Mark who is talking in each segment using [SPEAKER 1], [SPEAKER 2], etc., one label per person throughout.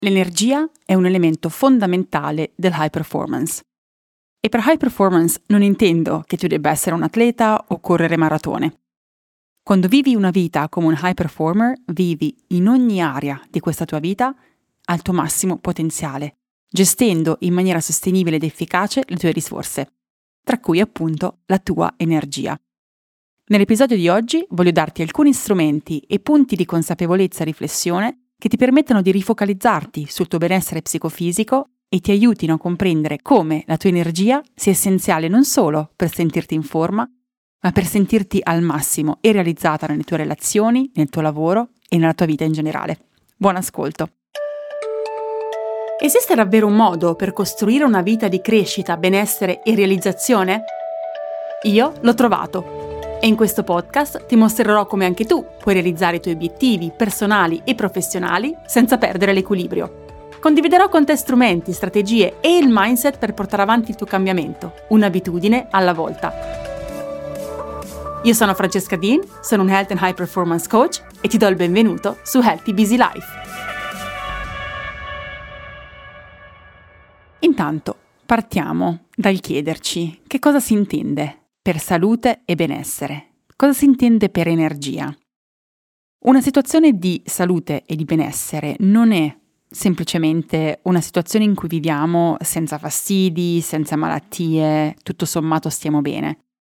[SPEAKER 1] L'energia è un elemento fondamentale del high performance. E per high performance non intendo che tu debba essere un atleta o correre maratone. Quando vivi una vita come un high performer, vivi in ogni area di questa tua vita al tuo massimo potenziale, gestendo in maniera sostenibile ed efficace le tue risorse, tra cui appunto la tua energia. Nell'episodio di oggi voglio darti alcuni strumenti e punti di consapevolezza e riflessione che ti permettono di rifocalizzarti sul tuo benessere psicofisico e ti aiutino a comprendere come la tua energia sia essenziale non solo per sentirti in forma, ma per sentirti al massimo e realizzata nelle tue relazioni, nel tuo lavoro e nella tua vita in generale. Buon ascolto! Esiste davvero un modo per costruire una vita di crescita, benessere e realizzazione? Io l'ho trovato e in questo podcast ti mostrerò come anche tu puoi realizzare i tuoi obiettivi personali e professionali senza perdere l'equilibrio. Condividerò con te strumenti, strategie e il mindset per portare avanti il tuo cambiamento, un'abitudine alla volta. Io sono Francesca Dean, sono un Health and High Performance Coach e ti do il benvenuto su Healthy Busy Life. Intanto, partiamo dal chiederci che cosa si intende per salute e benessere. Cosa si intende per energia? Una situazione di salute e di benessere non è semplicemente una situazione in cui viviamo senza fastidi, senza malattie, tutto sommato stiamo bene.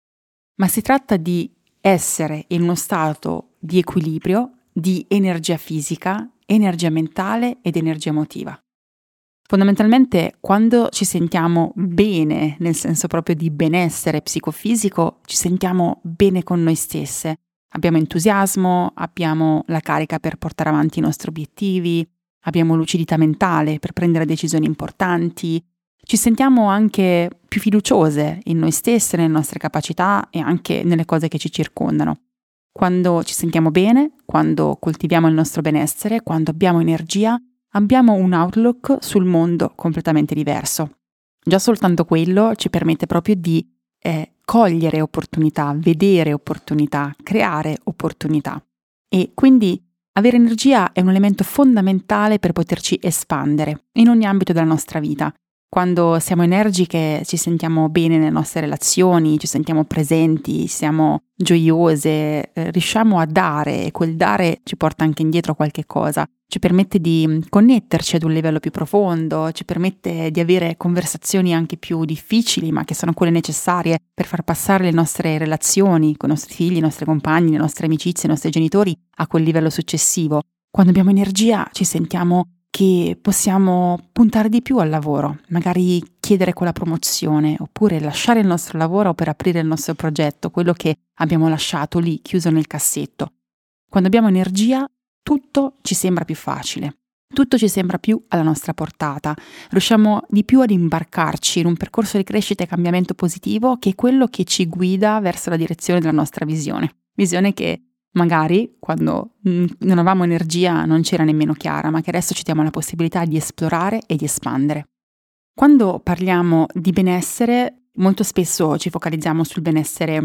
[SPEAKER 1] Ma si tratta di essere in uno stato di equilibrio, di energia fisica, energia mentale ed energia emotiva. Fondamentalmente, quando ci sentiamo bene, nel senso proprio di benessere psicofisico, ci sentiamo bene con noi stesse. Abbiamo entusiasmo, abbiamo la carica per portare avanti i nostri obiettivi, abbiamo lucidità mentale per prendere decisioni importanti, ci sentiamo anche più fiduciose in noi stesse, nelle nostre capacità e anche nelle cose che ci circondano. Quando ci sentiamo bene, quando coltiviamo il nostro benessere, quando abbiamo energia, abbiamo un outlook sul mondo completamente diverso. Già soltanto quello ci permette proprio di cogliere opportunità, vedere opportunità, creare opportunità. E quindi avere energia è un elemento fondamentale per poterci espandere in ogni ambito della nostra vita. Quando siamo energiche ci sentiamo bene nelle nostre relazioni, ci sentiamo presenti, siamo gioiose, riusciamo a dare e quel dare ci porta anche indietro qualche cosa, ci permette di connetterci ad un livello più profondo, ci permette di avere conversazioni anche più difficili ma che sono quelle necessarie per far passare le nostre relazioni con i nostri figli, i nostri compagni, le nostre amicizie, i nostri genitori a quel livello successivo. Quando abbiamo energia ci sentiamo che possiamo puntare di più al lavoro, magari chiedere quella promozione, oppure lasciare il nostro lavoro per aprire il nostro progetto, quello che abbiamo lasciato lì, chiuso nel cassetto. Quando abbiamo energia, tutto ci sembra più facile, tutto ci sembra più alla nostra portata, riusciamo di più ad imbarcarci in un percorso di crescita e cambiamento positivo che è quello che ci guida verso la direzione della nostra visione che magari quando non avevamo energia non c'era nemmeno chiara, ma che adesso ci diamo la possibilità di esplorare e di espandere. Quando parliamo di benessere, molto spesso ci focalizziamo sul benessere,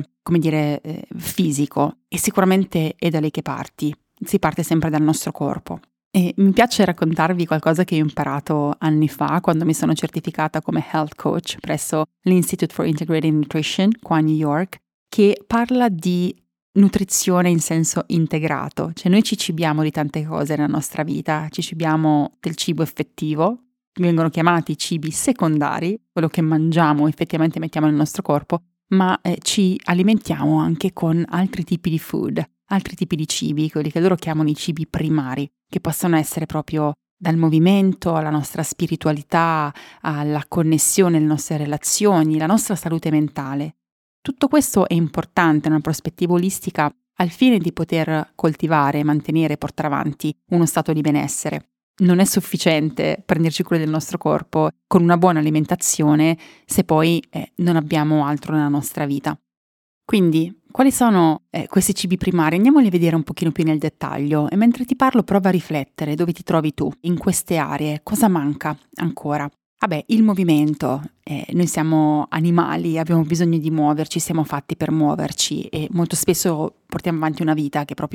[SPEAKER 1] fisico, e sicuramente è da lì che si parte sempre dal nostro corpo. E mi piace raccontarvi qualcosa che ho imparato anni fa quando mi sono certificata come health coach presso l'Institute for Integrated Nutrition qua a New York, che parla di nutrizione in senso integrato, cioè noi ci cibiamo di tante cose nella nostra vita, ci cibiamo del cibo effettivo, vengono chiamati cibi secondari, quello che mangiamo effettivamente mettiamo nel nostro corpo, ma ci alimentiamo anche con altri tipi di food, altri tipi di cibi, quelli che loro chiamano i cibi primari, che possono essere proprio dal movimento alla nostra spiritualità, alla connessione alle nostre relazioni, la nostra salute mentale. Tutto questo è importante in una prospettiva olistica al fine di poter coltivare, mantenere e portare avanti uno stato di benessere. Non è sufficiente prenderci cura del nostro corpo con una buona alimentazione se poi non abbiamo altro nella nostra vita. Quindi, quali sono questi cibi primari? Andiamoli a vedere un pochino più nel dettaglio e mentre ti parlo prova a riflettere dove ti trovi tu, in queste aree, cosa manca ancora. Il movimento, noi siamo animali, abbiamo bisogno di muoverci, siamo fatti per muoverci e molto spesso portiamo avanti una vita che proprio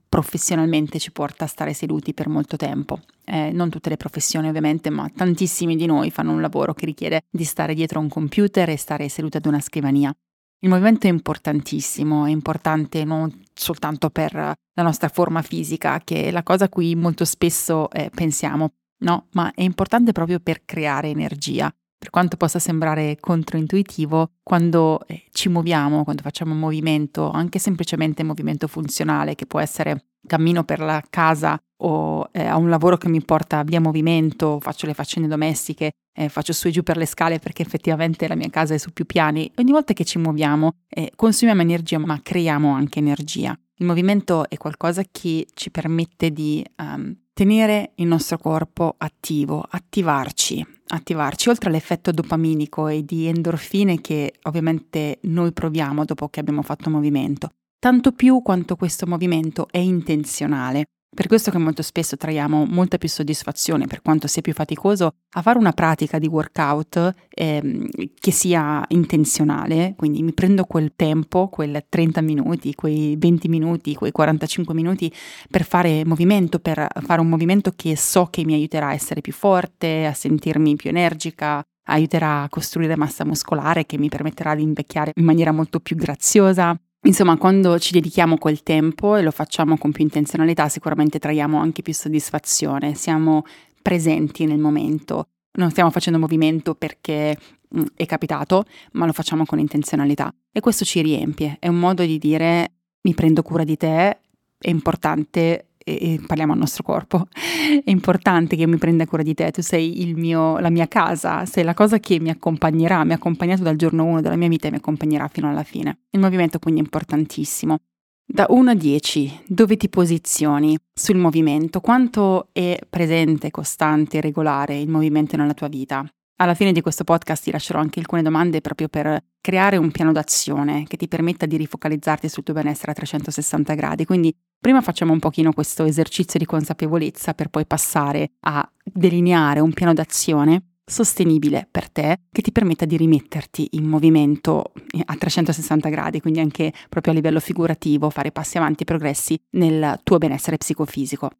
[SPEAKER 1] professionalmente ci porta a stare seduti per molto tempo. Non tutte le professioni ovviamente, ma tantissimi di noi fanno un lavoro che richiede di stare dietro a un computer e stare seduti ad una scrivania. Il movimento è importantissimo, è importante non soltanto per la nostra forma fisica, che è la cosa a cui molto spesso pensiamo, no? Ma è importante proprio per creare energia. Per quanto possa sembrare controintuitivo, quando ci muoviamo, quando facciamo un movimento, anche semplicemente movimento funzionale, che può essere cammino per la casa o a un lavoro che mi porta via movimento, faccio le faccende domestiche, faccio su e giù per le scale perché effettivamente la mia casa è su più piani. Ogni volta che ci muoviamo consumiamo energia, ma creiamo anche energia. Il movimento è qualcosa che ci permette di tenere il nostro corpo attivo, attivarci, oltre all'effetto dopaminico e di endorfine che ovviamente noi proviamo dopo che abbiamo fatto movimento, tanto più quanto questo movimento è intenzionale. Per questo che molto spesso traiamo molta più soddisfazione, per quanto sia più faticoso, a fare una pratica di workout che sia intenzionale, quindi mi prendo quel tempo, quei 30 minuti, quei 20 minuti, quei 45 minuti per fare movimento, per fare un movimento che so che mi aiuterà a essere più forte, a sentirmi più energica, aiuterà a costruire massa muscolare che mi permetterà di invecchiare in maniera molto più graziosa. Insomma, quando ci dedichiamo quel tempo e lo facciamo con più intenzionalità, sicuramente traiamo anche più soddisfazione, siamo presenti nel momento, non stiamo facendo movimento perché è capitato, ma lo facciamo con intenzionalità e questo ci riempie, è un modo di dire mi prendo cura di te, è importante e parliamo al nostro corpo, è importante che io mi prenda cura di te, tu sei la mia casa, sei la cosa che mi accompagnerà, mi ha accompagnato dal giorno 1 della mia vita e mi accompagnerà fino alla fine. Il movimento quindi è importantissimo. Da 1 a 10, dove ti posizioni sul movimento? Quanto è presente, costante e regolare il movimento nella tua vita? Alla fine di questo podcast ti lascerò anche alcune domande proprio per creare un piano d'azione che ti permetta di rifocalizzarti sul tuo benessere a 360 gradi. Quindi prima facciamo un pochino questo esercizio di consapevolezza per poi passare a delineare un piano d'azione sostenibile per te che ti permetta di rimetterti in movimento a 360 gradi, quindi anche proprio a livello figurativo, fare passi avanti e progressi nel tuo benessere psicofisico.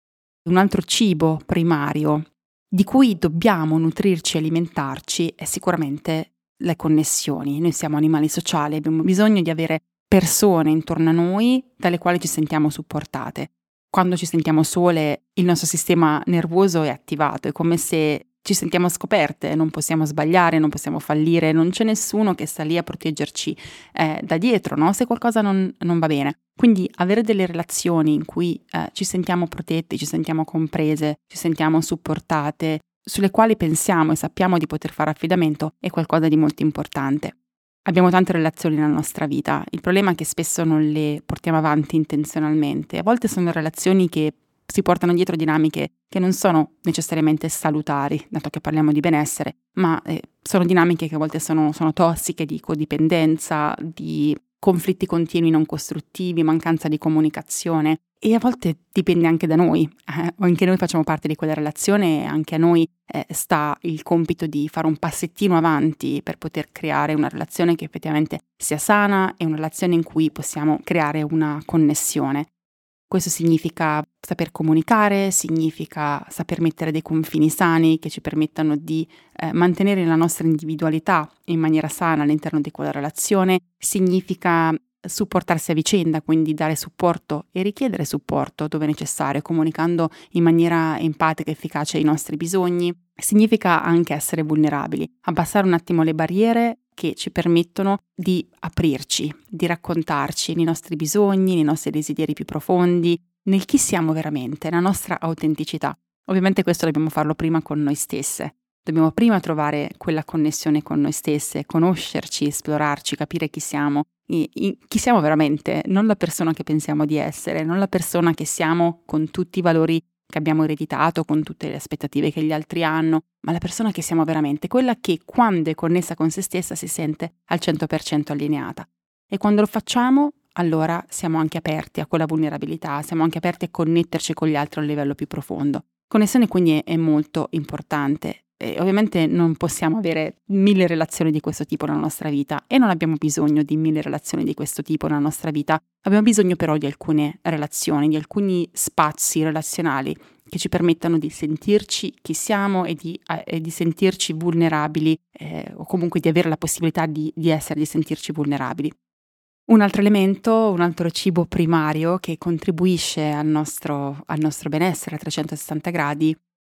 [SPEAKER 1] Un altro cibo primario di cui dobbiamo nutrirci e alimentarci è sicuramente le connessioni. Noi siamo animali sociali, abbiamo bisogno di avere persone intorno a noi dalle quali ci sentiamo supportate. Quando ci sentiamo sole, il nostro sistema nervoso è attivato, è come se ci sentiamo scoperte, non possiamo sbagliare, non possiamo fallire, non c'è nessuno che sta lì a proteggerci da dietro, no? Se qualcosa non va bene. Quindi avere delle relazioni in cui ci sentiamo protetti, ci sentiamo comprese, ci sentiamo supportate, sulle quali pensiamo e sappiamo di poter fare affidamento è qualcosa di molto importante. Abbiamo tante relazioni nella nostra vita, il problema è che spesso non le portiamo avanti intenzionalmente. A volte sono relazioni che si portano dietro dinamiche che non sono necessariamente salutari, dato che parliamo di benessere, ma sono dinamiche che a volte sono tossiche, di codipendenza, di conflitti continui non costruttivi, mancanza di comunicazione e a volte dipende anche da noi, anche noi facciamo parte di quella relazione e anche a noi sta il compito di fare un passettino avanti per poter creare una relazione che effettivamente sia sana e una relazione in cui possiamo creare una connessione. Questo significa saper comunicare, significa saper mettere dei confini sani che ci permettano di mantenere la nostra individualità in maniera sana all'interno di quella relazione, significa supportarsi a vicenda, quindi dare supporto e richiedere supporto dove necessario, comunicando in maniera empatica e efficace i nostri bisogni, significa anche essere vulnerabili, abbassare un attimo le barriere che ci permettono di aprirci, di raccontarci nei nostri bisogni, nei nostri desideri più profondi, nel chi siamo veramente, la nostra autenticità. Ovviamente questo dobbiamo farlo prima con noi stesse. Dobbiamo prima trovare quella connessione con noi stesse, conoscerci, esplorarci, capire chi siamo veramente, non la persona che pensiamo di essere, non la persona che siamo con tutti i valori che abbiamo ereditato, con tutte le aspettative che gli altri hanno, ma la persona che siamo veramente, quella che quando è connessa con se stessa si sente al 100% allineata. E quando lo facciamo, allora siamo anche aperti a quella vulnerabilità, siamo anche aperti a connetterci con gli altri a un livello più profondo. Connessione quindi è molto importante. E ovviamente non possiamo avere 1000 relazioni di questo tipo nella nostra vita e non abbiamo bisogno di 1000 relazioni di questo tipo nella nostra vita. Abbiamo bisogno però di alcune relazioni, di alcuni spazi relazionali che ci permettano di sentirci chi siamo e di sentirci vulnerabili, o comunque di avere la possibilità di sentirci vulnerabili. Un altro elemento, un altro cibo primario che contribuisce al nostro benessere a 360 gradi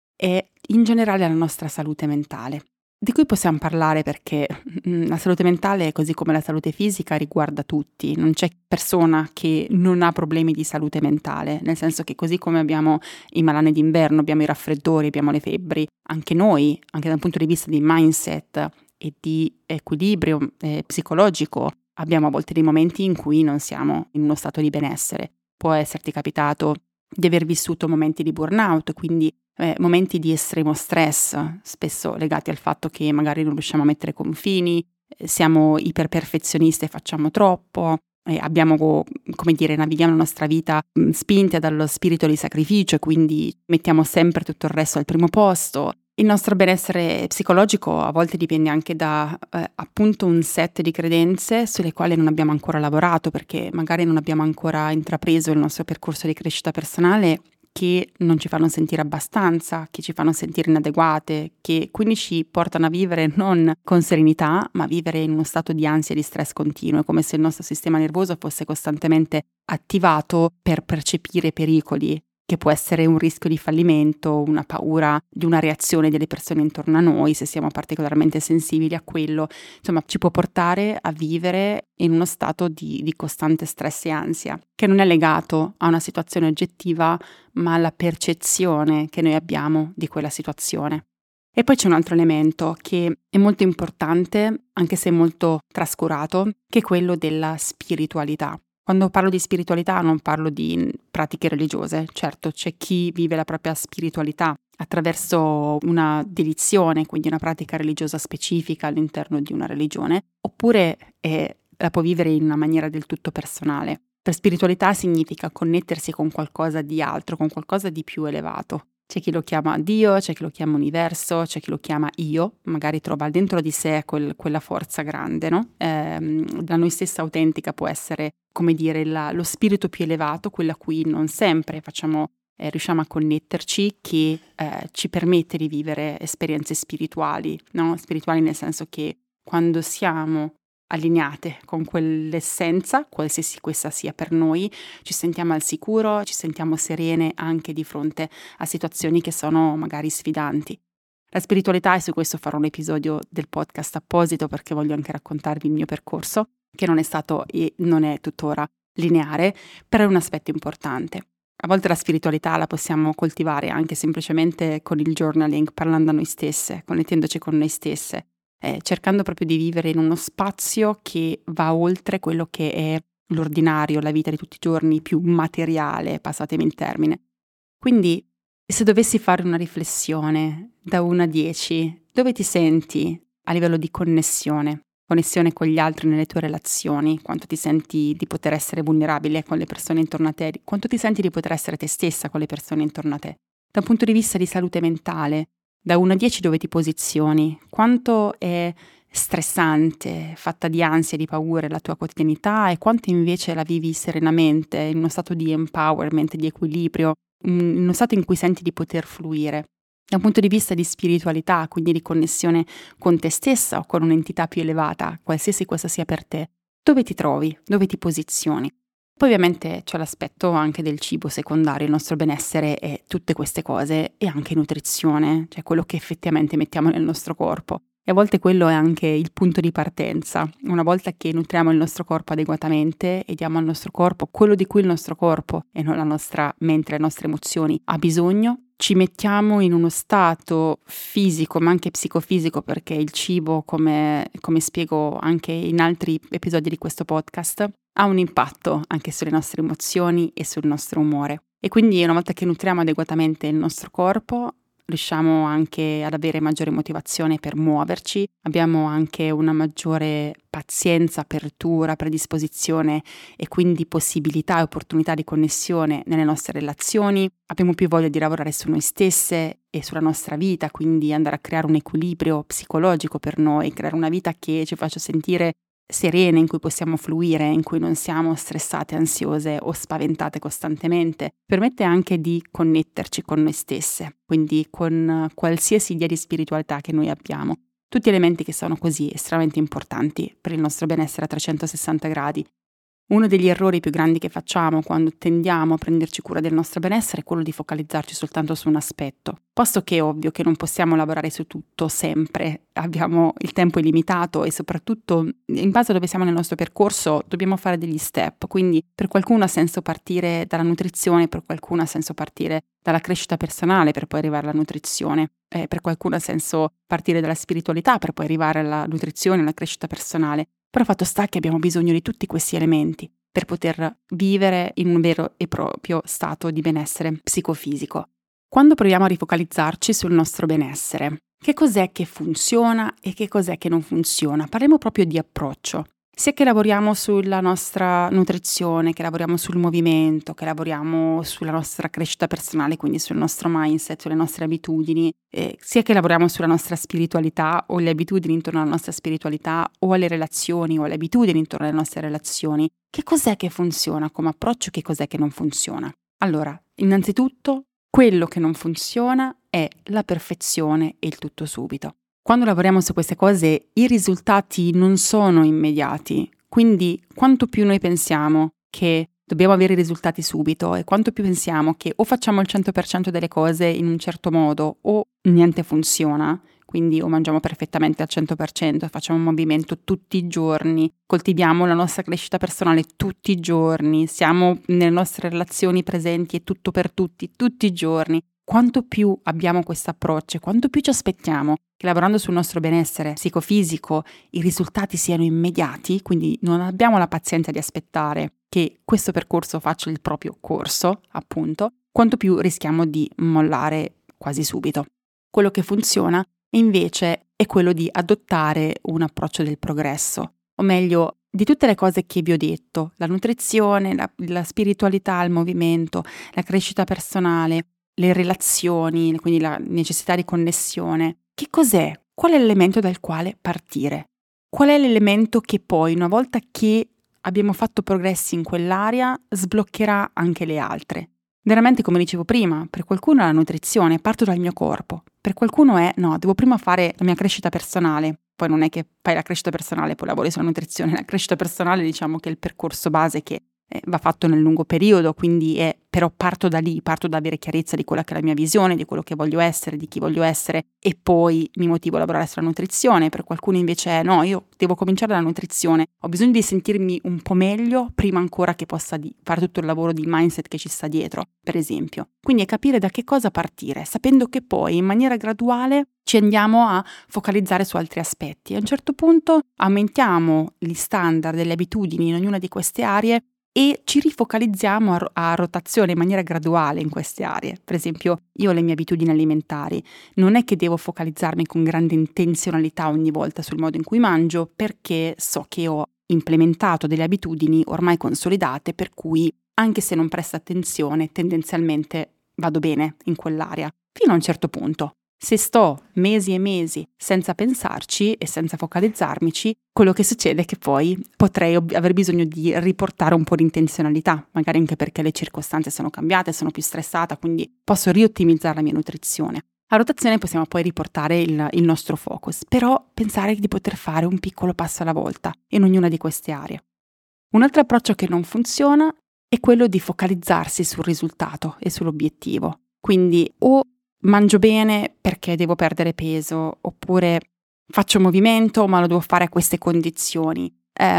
[SPEAKER 1] è in generale alla nostra salute mentale, di cui possiamo parlare perché la salute mentale, così come la salute fisica, riguarda tutti. Non c'è persona che non ha problemi di salute mentale, nel senso che così come abbiamo i malanni d'inverno, abbiamo i raffreddori, abbiamo le febbri, anche noi, anche dal punto di vista di mindset e di equilibrio psicologico, abbiamo a volte dei momenti in cui non siamo in uno stato di benessere. Può esserti capitato di aver vissuto momenti di burnout, quindi momenti di estremo stress, spesso legati al fatto che magari non riusciamo a mettere confini, siamo iperperfezionisti e facciamo troppo, abbiamo, come dire, navighiamo la nostra vita spinte dallo spirito di sacrificio, quindi mettiamo sempre tutto il resto al primo posto. Il nostro benessere psicologico a volte dipende anche da appunto un set di credenze sulle quali non abbiamo ancora lavorato, perché magari non abbiamo ancora intrapreso il nostro percorso di crescita personale, che non ci fanno sentire abbastanza, che ci fanno sentire inadeguate, che quindi ci portano a vivere non con serenità, ma a vivere in uno stato di ansia e di stress continuo, come se il nostro sistema nervoso fosse costantemente attivato per percepire pericoli, che può essere un rischio di fallimento, una paura di una reazione delle persone intorno a noi, se siamo particolarmente sensibili a quello. Insomma, ci può portare a vivere in uno stato di costante stress e ansia, che non è legato a una situazione oggettiva, ma alla percezione che noi abbiamo di quella situazione. E poi c'è un altro elemento che è molto importante, anche se molto trascurato, che è quello della spiritualità. Quando parlo di spiritualità non parlo di pratiche religiose, certo c'è chi vive la propria spiritualità attraverso una dedizione, quindi una pratica religiosa specifica all'interno di una religione, oppure la può vivere in una maniera del tutto personale. Per spiritualità significa connettersi con qualcosa di altro, con qualcosa di più elevato. C'è chi lo chiama Dio, c'è chi lo chiama universo, c'è chi lo chiama io, magari trova dentro di sé quella forza grande, no? La noi stessa autentica può essere, come dire, lo spirito più elevato, quello a cui non sempre riusciamo a connetterci, che ci permette di vivere esperienze spirituali, no? Spirituali nel senso che quando siamo allineate con quell'essenza, qualsiasi questa sia per noi, ci sentiamo al sicuro, ci sentiamo serene anche di fronte a situazioni che sono magari sfidanti. La spiritualità, e su questo farò un episodio del podcast apposito perché voglio anche raccontarvi il mio percorso, che non è stato e non è tuttora lineare, però è un aspetto importante. A volte la spiritualità la possiamo coltivare anche semplicemente con il journaling, parlando a noi stesse, connettendoci con noi stesse, cercando proprio di vivere in uno spazio che va oltre quello che è l'ordinario, la vita di tutti i giorni, più materiale, passatemi il termine. Quindi, se dovessi fare una riflessione da 1 a 10, dove ti senti a livello di connessione con gli altri nelle tue relazioni? Quanto ti senti di poter essere vulnerabile con le persone intorno a te? Quanto ti senti di poter essere te stessa con le persone intorno a te? Da un punto di vista di salute mentale, da 1 a 10 dove ti posizioni? Quanto è stressante, fatta di ansia e di paure la tua quotidianità, e quanto invece la vivi serenamente, in uno stato di empowerment, di equilibrio, in uno stato in cui senti di poter fluire? Da un punto di vista di spiritualità, quindi di connessione con te stessa o con un'entità più elevata, qualsiasi questa sia per te, dove ti trovi? Dove ti posizioni? Poi ovviamente c'è l'aspetto anche del cibo secondario, il nostro benessere e tutte queste cose, e anche nutrizione, cioè quello che effettivamente mettiamo nel nostro corpo. E a volte quello è anche il punto di partenza. Una volta che nutriamo il nostro corpo adeguatamente e diamo al nostro corpo quello di cui il nostro corpo e non la nostra mente, le nostre emozioni ha bisogno, ci mettiamo in uno stato fisico ma anche psicofisico, perché il cibo, come spiego anche in altri episodi di questo podcast, ha un impatto anche sulle nostre emozioni e sul nostro umore. E quindi una volta che nutriamo adeguatamente il nostro corpo, riusciamo anche ad avere maggiore motivazione per muoverci, abbiamo anche una maggiore pazienza, apertura, predisposizione e quindi possibilità e opportunità di connessione nelle nostre relazioni, abbiamo più voglia di lavorare su noi stesse e sulla nostra vita, quindi andare a creare un equilibrio psicologico per noi, creare una vita che ci faccia sentire serene, in cui possiamo fluire, in cui non siamo stressate, ansiose o spaventate costantemente, permette anche di connetterci con noi stesse, quindi con qualsiasi idea di spiritualità che noi abbiamo. Tutti elementi che sono così estremamente importanti per il nostro benessere a 360 gradi. Uno degli errori più grandi che facciamo quando tendiamo a prenderci cura del nostro benessere è quello di focalizzarci soltanto su un aspetto. Posto che è ovvio che non possiamo lavorare su tutto sempre, abbiamo il tempo illimitato e soprattutto in base a dove siamo nel nostro percorso dobbiamo fare degli step, quindi per qualcuno ha senso partire dalla nutrizione, per qualcuno ha senso partire dalla crescita personale per poi arrivare alla nutrizione, per qualcuno ha senso partire dalla spiritualità per poi arrivare alla nutrizione, alla crescita personale. Però fatto sta che abbiamo bisogno di tutti questi elementi per poter vivere in un vero e proprio stato di benessere psicofisico. Quando proviamo a rifocalizzarci sul nostro benessere, che cos'è che funziona e che cos'è che non funziona? Parliamo proprio di approccio. Sia che lavoriamo sulla nostra nutrizione, che lavoriamo sul movimento, che lavoriamo sulla nostra crescita personale, quindi sul nostro mindset, sulle nostre abitudini, sia che lavoriamo sulla nostra spiritualità o le abitudini intorno alla nostra spiritualità o alle relazioni o alle abitudini intorno alle nostre relazioni. Che cos'è che funziona come approccio e che cos'è che non funziona? Allora, innanzitutto, quello che non funziona è la perfezione e il tutto subito. Quando lavoriamo su queste cose i risultati non sono immediati, quindi quanto più noi pensiamo che dobbiamo avere i risultati subito e quanto più pensiamo che o facciamo il 100% delle cose in un certo modo o niente funziona, quindi o mangiamo perfettamente al 100%, facciamo un movimento tutti i giorni, coltiviamo la nostra crescita personale tutti i giorni, siamo nelle nostre relazioni presenti e tutto per tutti i giorni. Quanto più abbiamo questo approccio, quanto più ci aspettiamo che lavorando sul nostro benessere psicofisico i risultati siano immediati, quindi non abbiamo la pazienza di aspettare che questo percorso faccia il proprio corso, appunto, quanto più rischiamo di mollare quasi subito. Quello che funziona invece è quello di adottare un approccio del progresso, o meglio, di tutte le cose che vi ho detto, la nutrizione, la spiritualità, il movimento, la crescita personale, le relazioni, quindi la necessità di connessione. Che cos'è? Qual è l'elemento dal quale partire? Qual è l'elemento che poi, una volta che abbiamo fatto progressi in quell'area, sbloccherà anche le altre? Veramente, come dicevo prima, per qualcuno è la nutrizione, parto dal mio corpo. Per qualcuno è, no, devo prima fare la mia crescita personale. Poi non è che fai la crescita personale e poi lavori sulla nutrizione. La crescita personale diciamo che è il percorso base che va fatto nel lungo periodo, quindi però parto da lì, parto da avere chiarezza di quella che è la mia visione, di quello che voglio essere, di chi voglio essere e poi mi motivo a lavorare sulla nutrizione. Per qualcuno invece è no, io devo cominciare dalla nutrizione, ho bisogno di sentirmi un po' meglio prima ancora che possa fare tutto il lavoro di mindset che ci sta dietro, per esempio. Quindi è capire da che cosa partire, sapendo che poi in maniera graduale ci andiamo a focalizzare su altri aspetti. A un certo punto aumentiamo gli standard delle abitudini in ognuna di queste aree e ci rifocalizziamo a rotazione in maniera graduale in queste aree. Per esempio, io ho le mie abitudini alimentari, non è che devo focalizzarmi con grande intenzionalità ogni volta sul modo in cui mangio, perché so che ho implementato delle abitudini ormai consolidate, per cui anche se non presto attenzione, tendenzialmente vado bene in quell'area, fino a un certo punto. Se sto mesi e mesi senza pensarci e senza focalizzarmici, quello che succede è che poi potrei aver bisogno di riportare un po' di intenzionalità, magari anche perché le circostanze sono cambiate, sono più stressata, quindi posso riottimizzare la mia nutrizione. A rotazione possiamo poi riportare il nostro focus, però pensare di poter fare un piccolo passo alla volta in ognuna di queste aree. Un altro approccio che non funziona è quello di focalizzarsi sul risultato e sull'obiettivo. Quindi o mangio bene perché devo perdere peso, oppure faccio movimento ma lo devo fare a queste condizioni.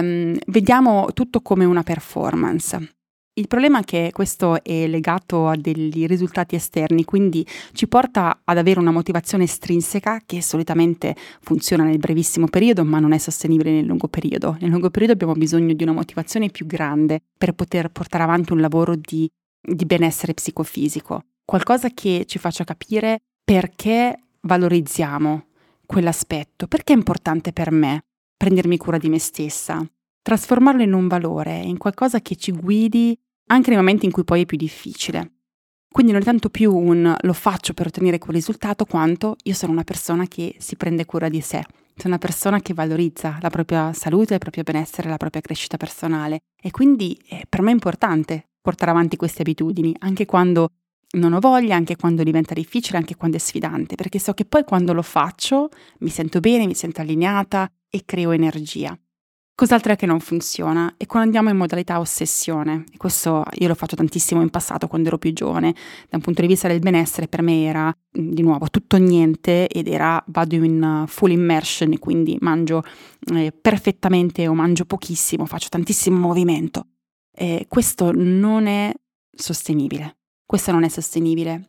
[SPEAKER 1] Vediamo tutto come una performance. Il problema è che questo è legato a degli risultati esterni, quindi ci porta ad avere una motivazione estrinseca che solitamente funziona nel brevissimo periodo ma non è sostenibile nel lungo periodo. Nel lungo periodo abbiamo bisogno di una motivazione più grande per poter portare avanti un lavoro di benessere psicofisico. Qualcosa che ci faccia capire perché valorizziamo quell'aspetto, perché è importante per me prendermi cura di me stessa, trasformarlo in un valore, in qualcosa che ci guidi anche nei momenti in cui poi è più difficile. Quindi non è tanto più un lo faccio per ottenere quel risultato quanto io sono una persona che si prende cura di sé, sono una persona che valorizza la propria salute, il proprio benessere, la propria crescita personale e quindi per me è importante portare avanti queste abitudini anche quando non ho voglia, anche quando diventa difficile, anche quando è sfidante, perché so che poi quando lo faccio mi sento bene, mi sento allineata e creo energia. Cos'altro è che non funziona? E quando andiamo in modalità ossessione, e questo io lo faccio tantissimo in passato quando ero più giovane, da un punto di vista del benessere per me era di nuovo tutto o niente ed era vado in full immersion, quindi mangio perfettamente o mangio pochissimo, faccio tantissimo movimento. Questo non è sostenibile. Questo non è sostenibile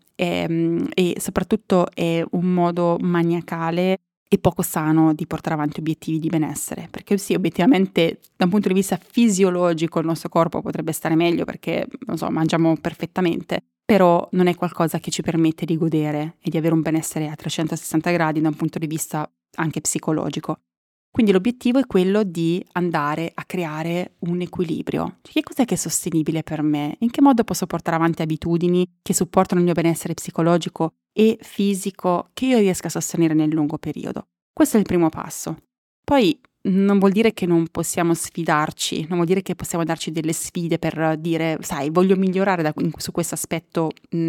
[SPEAKER 1] e soprattutto è un modo maniacale e poco sano di portare avanti obiettivi di benessere, perché sì, obiettivamente da un punto di vista fisiologico il nostro corpo potrebbe stare meglio perché, non so, mangiamo perfettamente, però non è qualcosa che ci permette di godere e di avere un benessere a 360 gradi da un punto di vista anche psicologico. Quindi l'obiettivo è quello di andare a creare un equilibrio. Che cos'è che è sostenibile per me? In che modo posso portare avanti abitudini che supportano il mio benessere psicologico e fisico che io riesca a sostenere nel lungo periodo? Questo è il primo passo. Poi non vuol dire che non possiamo sfidarci, non vuol dire che possiamo darci delle sfide per dire, sai, voglio migliorare su questo aspetto,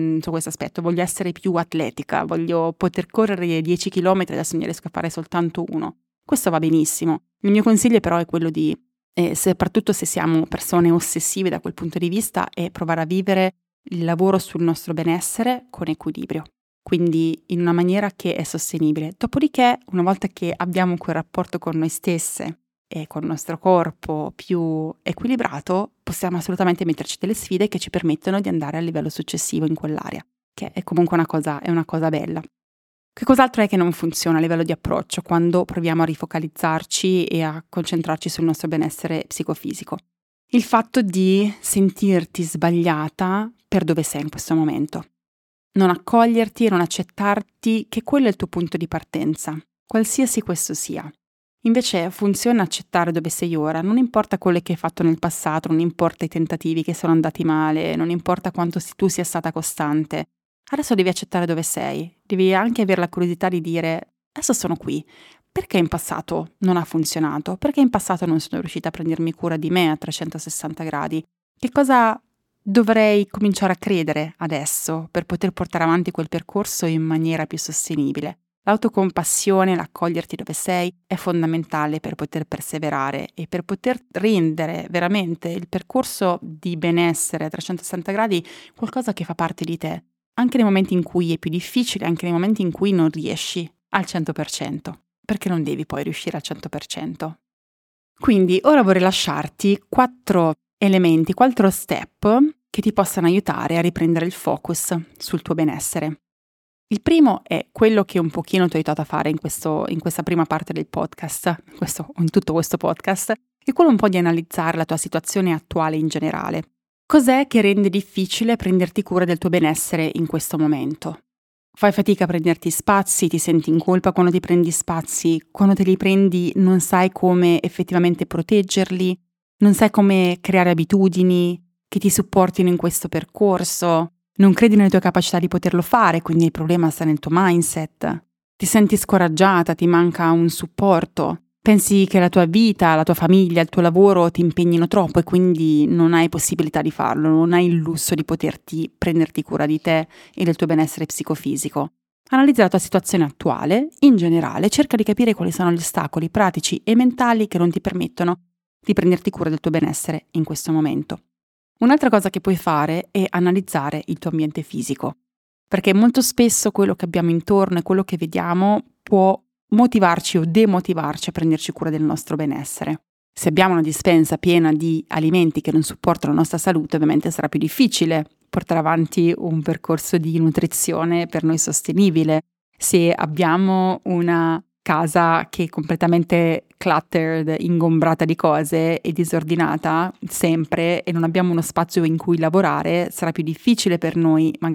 [SPEAKER 1] voglio essere più atletica, voglio poter correre 10 km, adesso ne riesco a fare soltanto uno. Questo va benissimo. Il mio consiglio però è quello di, soprattutto se siamo persone ossessive da quel punto di vista, è provare a vivere il lavoro sul nostro benessere con equilibrio, quindi in una maniera che è sostenibile. Dopodiché, una volta che abbiamo quel rapporto con noi stesse e con il nostro corpo più equilibrato, possiamo assolutamente metterci delle sfide che ci permettono di andare al livello successivo in quell'area, che è comunque una cosa bella. Che cos'altro è che non funziona a livello di approccio quando proviamo a rifocalizzarci e a concentrarci sul nostro benessere psicofisico? Il fatto di sentirti sbagliata per dove sei in questo momento. Non accoglierti e non accettarti che quello è il tuo punto di partenza, qualsiasi questo sia. Invece funziona accettare dove sei ora, non importa quello che hai fatto nel passato, non importa i tentativi che sono andati male, non importa quanto tu sia stata costante. Adesso devi accettare dove sei, devi anche avere la curiosità di dire adesso sono qui, perché in passato non ha funzionato, perché in passato non sono riuscita a prendermi cura di me a 360 gradi, che cosa dovrei cominciare a credere adesso per poter portare avanti quel percorso in maniera più sostenibile. L'autocompassione, l'accoglierti dove sei è fondamentale per poter perseverare e per poter rendere veramente il percorso di benessere a 360 gradi qualcosa che fa parte di te. Anche nei momenti in cui è più difficile, anche nei momenti in cui non riesci al 100%, perché non devi poi riuscire al 100%. Quindi ora vorrei lasciarti 4 elementi, 4 step che ti possano aiutare a riprendere il focus sul tuo benessere. Il primo è quello che un pochino ti ho aiutato a fare in questa prima parte del podcast, in tutto questo podcast, è quello un po' di analizzare la tua situazione attuale in generale. Cos'è che rende difficile prenderti cura del tuo benessere in questo momento? Fai fatica a prenderti spazi, ti senti in colpa quando ti prendi spazi, quando te li prendi non sai come effettivamente proteggerli, non sai come creare abitudini che ti supportino in questo percorso, non credi nelle tue capacità di poterlo fare, quindi il problema sta nel tuo mindset, ti senti scoraggiata, ti manca un supporto. Pensi che la tua vita, la tua famiglia, il tuo lavoro ti impegnino troppo e quindi non hai possibilità di farlo, non hai il lusso di poterti prenderti cura di te e del tuo benessere psicofisico. Analizza la tua situazione attuale, in generale, cerca di capire quali sono gli ostacoli pratici e mentali che non ti permettono di prenderti cura del tuo benessere in questo momento. Un'altra cosa che puoi fare è analizzare il tuo ambiente fisico, perché molto spesso quello che abbiamo intorno e quello che vediamo può motivarci o demotivarci a prenderci cura del nostro benessere. Se abbiamo una dispensa piena di alimenti che non supportano la nostra salute, ovviamente sarà più difficile portare avanti un percorso di nutrizione per noi sostenibile. Se abbiamo una casa che è completamente cluttered, ingombrata di cose e disordinata sempre e non abbiamo uno spazio in cui lavorare, sarà più difficile per noi magari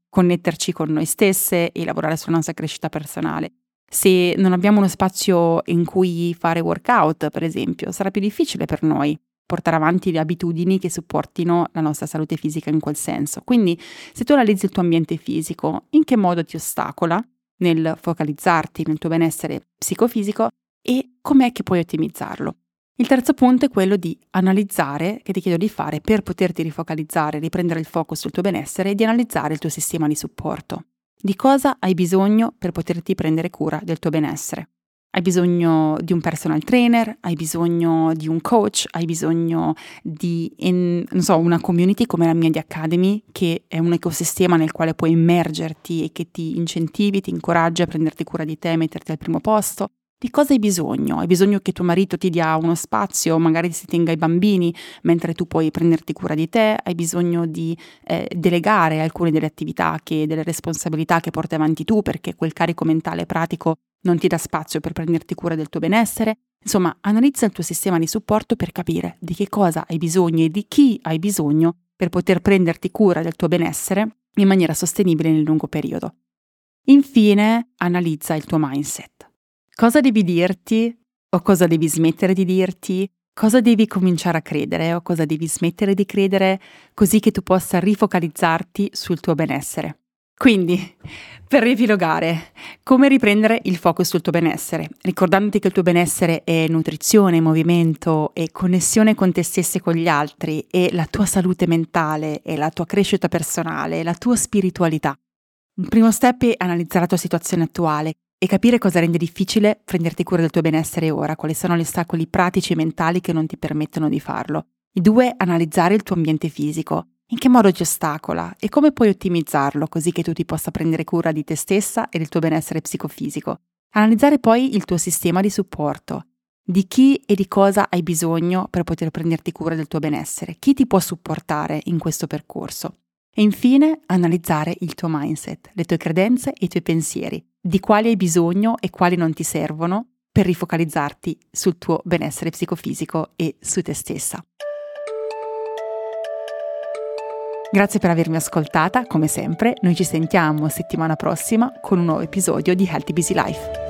[SPEAKER 1] connetterci con noi stesse e lavorare sulla nostra crescita personale. Se non abbiamo uno spazio in cui fare workout, per esempio, sarà più difficile per noi portare avanti le abitudini che supportino la nostra salute fisica in quel senso. Quindi, se tu analizzi il tuo ambiente fisico, in che modo ti ostacola nel focalizzarti nel tuo benessere psicofisico e com'è che puoi ottimizzarlo? Il terzo punto è quello di analizzare, che ti chiedo di fare per poterti rifocalizzare, riprendere il focus sul tuo benessere e di analizzare il tuo sistema di supporto. Di cosa hai bisogno per poterti prendere cura del tuo benessere? Hai bisogno di un personal trainer? Hai bisogno di un coach? Hai bisogno di, una community come la Media Academy, che è un ecosistema nel quale puoi immergerti e che ti incentivi, ti incoraggia a prenderti cura di te e metterti al primo posto? Di cosa hai bisogno? Hai bisogno che tuo marito ti dia uno spazio, magari si tenga i bambini mentre tu puoi prenderti cura di te? Hai bisogno di delegare alcune delle attività, delle responsabilità che porti avanti tu, perché quel carico mentale pratico non ti dà spazio per prenderti cura del tuo benessere? Insomma, analizza il tuo sistema di supporto per capire di che cosa hai bisogno e di chi hai bisogno per poter prenderti cura del tuo benessere in maniera sostenibile nel lungo periodo. Infine, analizza il tuo mindset. Cosa devi dirti o cosa devi smettere di dirti? Cosa devi cominciare a credere o cosa devi smettere di credere, così che tu possa rifocalizzarti sul tuo benessere? Quindi, per riepilogare, come riprendere il focus sul tuo benessere, ricordandoti che il tuo benessere è nutrizione, movimento e connessione con te stessa e con gli altri, e la tua salute mentale, e la tua crescita personale, e la tua spiritualità. Il primo step è analizzare la tua situazione attuale e capire cosa rende difficile prenderti cura del tuo benessere ora, quali sono gli ostacoli pratici e mentali che non ti permettono di farlo. Il 2, analizzare il tuo ambiente fisico. In che modo ti ostacola e come puoi ottimizzarlo così che tu ti possa prendere cura di te stessa e del tuo benessere psicofisico. Analizzare poi il tuo sistema di supporto. Di chi e di cosa hai bisogno per poter prenderti cura del tuo benessere. Chi ti può supportare in questo percorso. E infine analizzare il tuo mindset, le tue credenze e i tuoi pensieri. Di quali hai bisogno e quali non ti servono per rifocalizzarti sul tuo benessere psicofisico e su te stessa. Grazie per avermi ascoltata, come sempre. Noi ci sentiamo settimana prossima con un nuovo episodio di Healthy Busy Life.